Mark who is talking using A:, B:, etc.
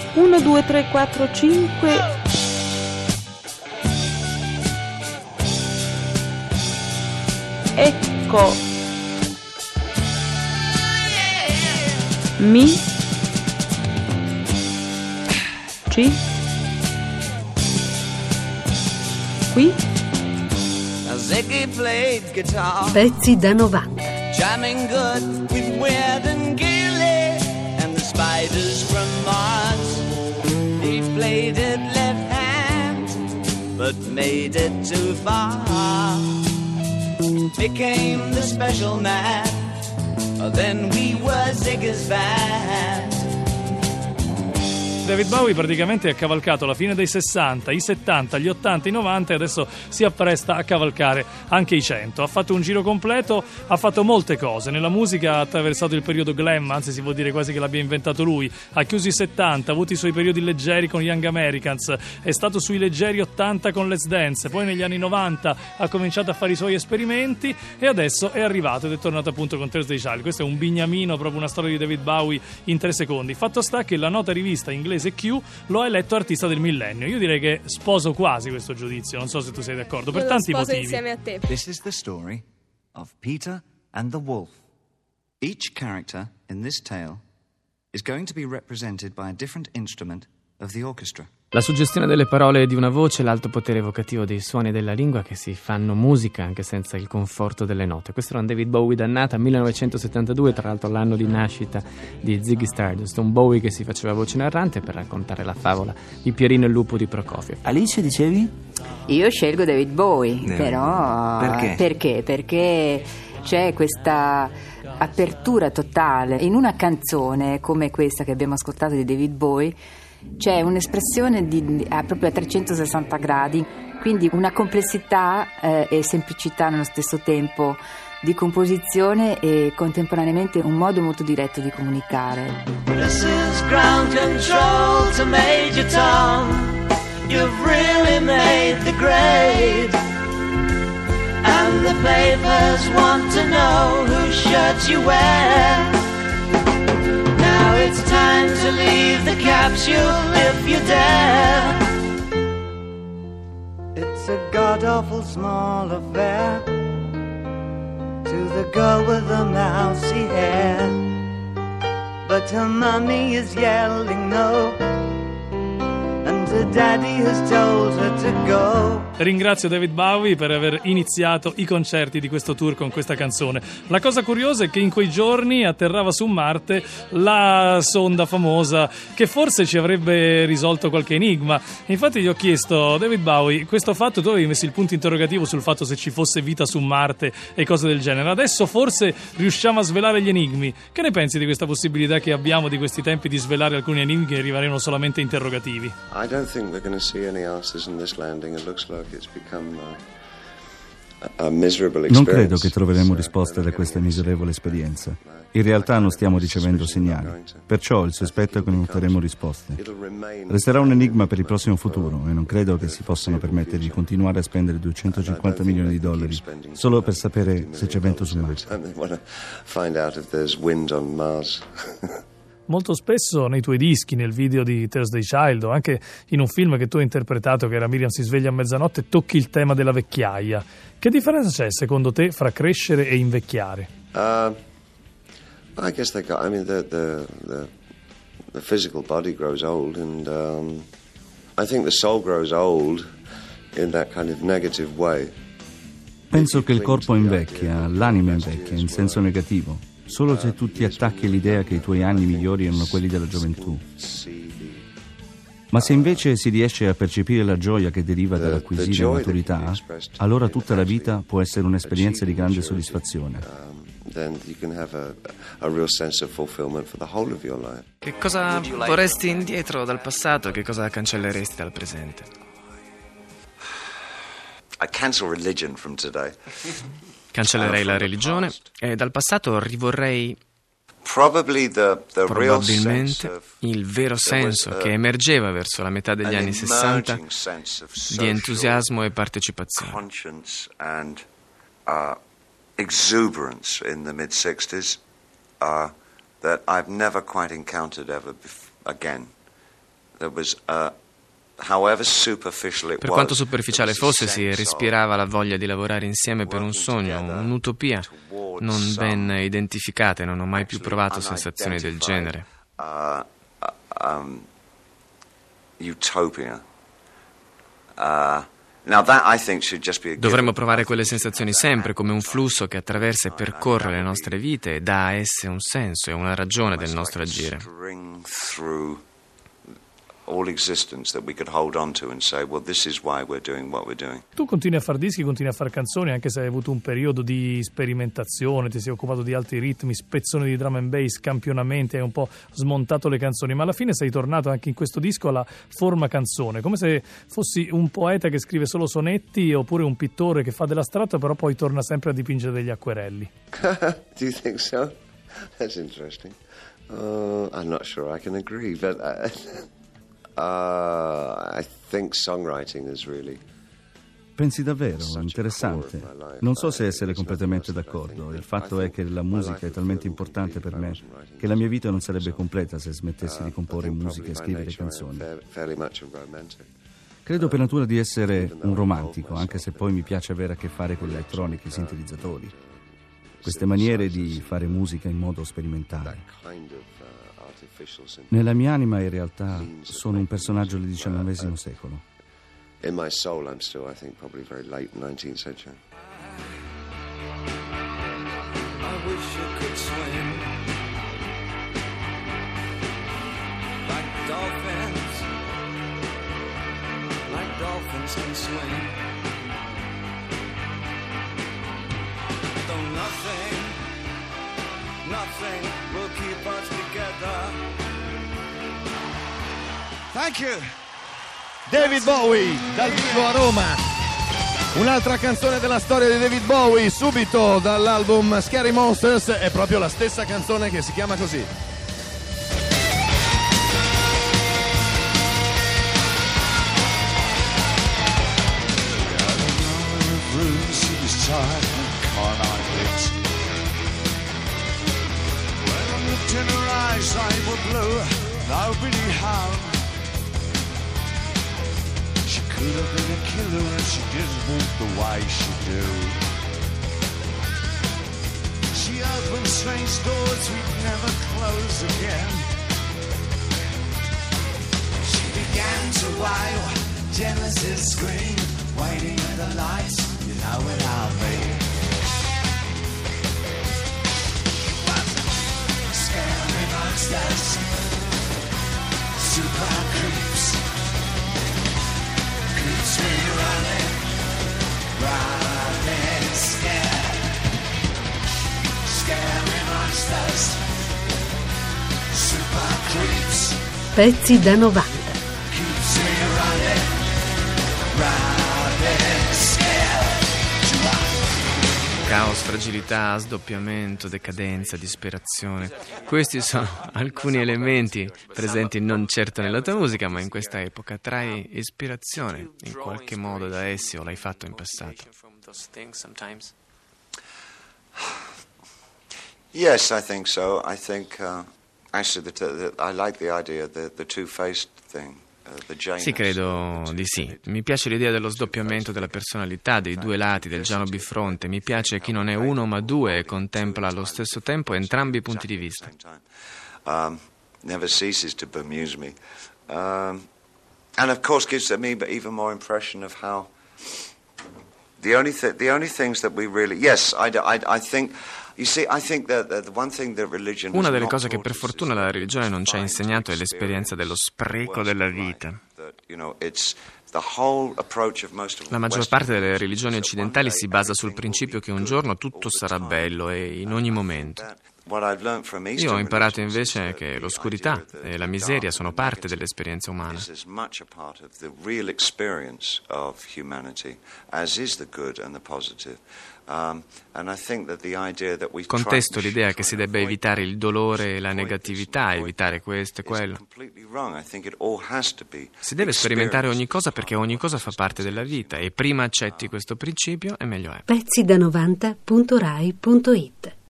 A: 1, 2, 3, 4, 5. Ecco. Mi. Ci. Qui.
B: Pezzi da 90.
C: Jamming good with Weird and Gilly and the spiders from Mars. He played it left hand, but made it too far. Became the special man, then we were Ziggy's band.
D: David Bowie praticamente ha cavalcato la fine dei 60, i 70, gli 80, i 90 e adesso si appresta a cavalcare anche i 100. Ha fatto un giro completo, ha fatto molte cose. Nella musica ha attraversato il periodo glam, anzi si può dire quasi che l'abbia inventato lui. Ha chiuso i 70, ha avuto i suoi periodi leggeri con Young Americans, è stato sui leggeri 80 con Let's Dance, poi negli anni 90 ha cominciato a fare i suoi esperimenti e adesso è arrivato ed è tornato appunto con Thursday Child. Questo è un bignamino, proprio una storia di David Bowie in 3 secondi. Fatto sta che la nota rivista inglese Q lo ha eletto artista del millennio. Io direi che sposo quasi questo giudizio, non so se tu sei d'accordo, per tanti motivi.
E: Insieme a te.
F: This is the story of Peter and the wolf. Each character in this tale is going to be represented by a different instrument of the orchestra.
G: La suggestione delle parole di una voce, l'alto potere evocativo dei suoni della lingua che si fanno musica anche senza il conforto delle note. Questo era un David Bowie dannata, 1972, tra l'altro l'anno di nascita di Ziggy Stardust, un Bowie che si faceva voce narrante per raccontare la favola di Pierino il lupo di Prokofiev.
H: Alice, dicevi?
I: Io scelgo David Bowie, però...
H: Perché?
I: Perché c'è questa apertura totale. In una canzone come questa che abbiamo ascoltato di David Bowie c'è un'espressione proprio a 360 gradi, quindi una complessità e semplicità nello stesso tempo di composizione e contemporaneamente un modo molto diretto di comunicare.
C: This is ground control to Major Tom. You've really made the grade, and the papers want to know whose shirt you wear. Now it's time to leave the capsule if you dare. It's a god-awful small affair to the girl with the mousy hair, but her mummy is yelling no, and her daddy has told her to go.
D: Ringrazio David Bowie per aver iniziato i concerti di questo tour con questa canzone. La cosa curiosa è che in quei giorni atterrava su Marte la sonda famosa che forse ci avrebbe risolto qualche enigma. Infatti gli ho chiesto: David Bowie, questo fatto, tu avevi messo il punto interrogativo sul fatto se ci fosse vita su Marte e cose del genere. Adesso forse riusciamo a svelare gli enigmi. Che ne pensi di questa possibilità che abbiamo di questi tempi di svelare alcuni enigmi che arriveranno solamente interrogativi?
J: I don't think we're going to see any answers in this landing. It looks like
K: non credo che troveremo risposte da questa miserevole esperienza. In realtà non stiamo ricevendo segnali, perciò il sospetto è che non otterremo risposte. Resterà un enigma per il prossimo futuro e non credo che si possano permettere di continuare a spendere $250 milioni solo per sapere se c'è vento su Marte.
D: Molto spesso nei tuoi dischi, nel video di Thursday Child o anche in un film che tu hai interpretato, che era Miriam si sveglia a mezzanotte, tocchi il tema della vecchiaia. Che differenza c'è secondo te fra crescere e invecchiare?
J: I guess the physical body grows old, and I think the soul grows old in that kind of negative way.
K: Penso che il corpo invecchia, l'anima invecchia in senso negativo. Solo se tu ti attacchi all'idea che i tuoi anni migliori erano quelli della gioventù. Ma se invece si riesce a percepire la gioia che deriva dall'acquisire maturità, allora tutta la vita può essere un'esperienza di grande soddisfazione.
G: Che cosa vorresti indietro dal passato? Che cosa cancelleresti dal presente?
J: I cancel religion from today.
G: Cancellerei la religione e dal passato rivorrei
J: probabilmente
G: il vero senso che emergeva verso la metà degli anni 60 di entusiasmo e partecipazione.
J: Exuberance in the mid-60s that I've never quite encountered ever again. there was
G: Per quanto superficiale fosse, si respirava la voglia di lavorare insieme per un sogno, un'utopia non ben identificata, e non ho mai più provato sensazioni del genere.
J: Utopia.
G: Dovremmo provare quelle sensazioni sempre, come un flusso che attraversa e percorre le nostre vite e dà a esse un senso e una ragione del nostro agire.
D: Tu continui a far dischi, continui a far canzoni, anche se hai avuto un periodo di sperimentazione, ti sei occupato di altri ritmi, spezzoni di drum and bass, campionamenti, hai un po' smontato le canzoni, ma alla fine sei tornato anche in questo disco alla forma canzone, come se fossi un poeta che scrive solo sonetti oppure un pittore che fa dell'astratto però poi torna sempre a dipingere degli acquerelli.
J: Do you think so? That's interesting. I'm not sure I can agree, but I think songwriting is really...
K: Pensi davvero? Interessante. Non so se essere completamente d'accordo. Il fatto è che la musica è talmente importante per me che la mia vita non sarebbe completa se smettessi di comporre musica e scrivere canzoni. Credo per natura di essere un romantico, anche se poi mi piace avere a che fare con l'elettronica e i sintetizzatori. Queste maniere di fare musica in modo sperimentale. Nella mia anima in realtà sono un personaggio del XIX secolo.
J: In my soul I'm still, I think, probably very late 19th century.
C: I wish you could swim like dolphins can swim. Though nothing will keep us together.
E: Thank you. David Bowie dal vivo a Roma. Un'altra canzone della storia di David Bowie, subito dall'album Scary Monsters, è proprio la stessa canzone che si chiama così.
C: In her eyes they were blue, nobody harmed. She could have been a killer if she didn't walk the way she do. She opened strange doors we'd never close again. She began to wail, Genesis scream, waiting at the lights, you know what I'll be. Monsters, super creeps me running scared. Scary monsters, super creeps.
B: Pezzi da 90.
C: Keeps me running scared.
G: Caos, fragilità, sdoppiamento, decadenza, disperazione. Questi sono alcuni elementi presenti non certo nella tua musica, ma in questa epoca. Trai ispirazione in qualche modo da essi o l'hai fatto in passato?
J: Yes, I think so. I think actually I like the idea the two-faced thing.
G: Sì, credo di sì. Mi piace l'idea dello sdoppiamento della personalità, dei due lati, del Giano bifronte. Mi piace chi non è uno ma due e contempla allo stesso tempo entrambi i punti di vista.
J: Never ceases to bemuse me. And of course gives me even more impression of how the only things that we really... Yes, I think...
G: Una delle cose che per fortuna la religione non ci ha insegnato è l'esperienza dello spreco della vita. La maggior parte delle religioni occidentali si basa sul principio che un giorno tutto sarà bello e in ogni momento. Io ho imparato invece che l'oscurità e la miseria sono parte dell'esperienza umana. Contesto l'idea che si debba evitare il dolore e la negatività, evitare questo e quello. Si deve sperimentare ogni cosa perché ogni cosa fa parte della vita e prima accetti questo principio e meglio è.
B: Pezzi da 90.rai.it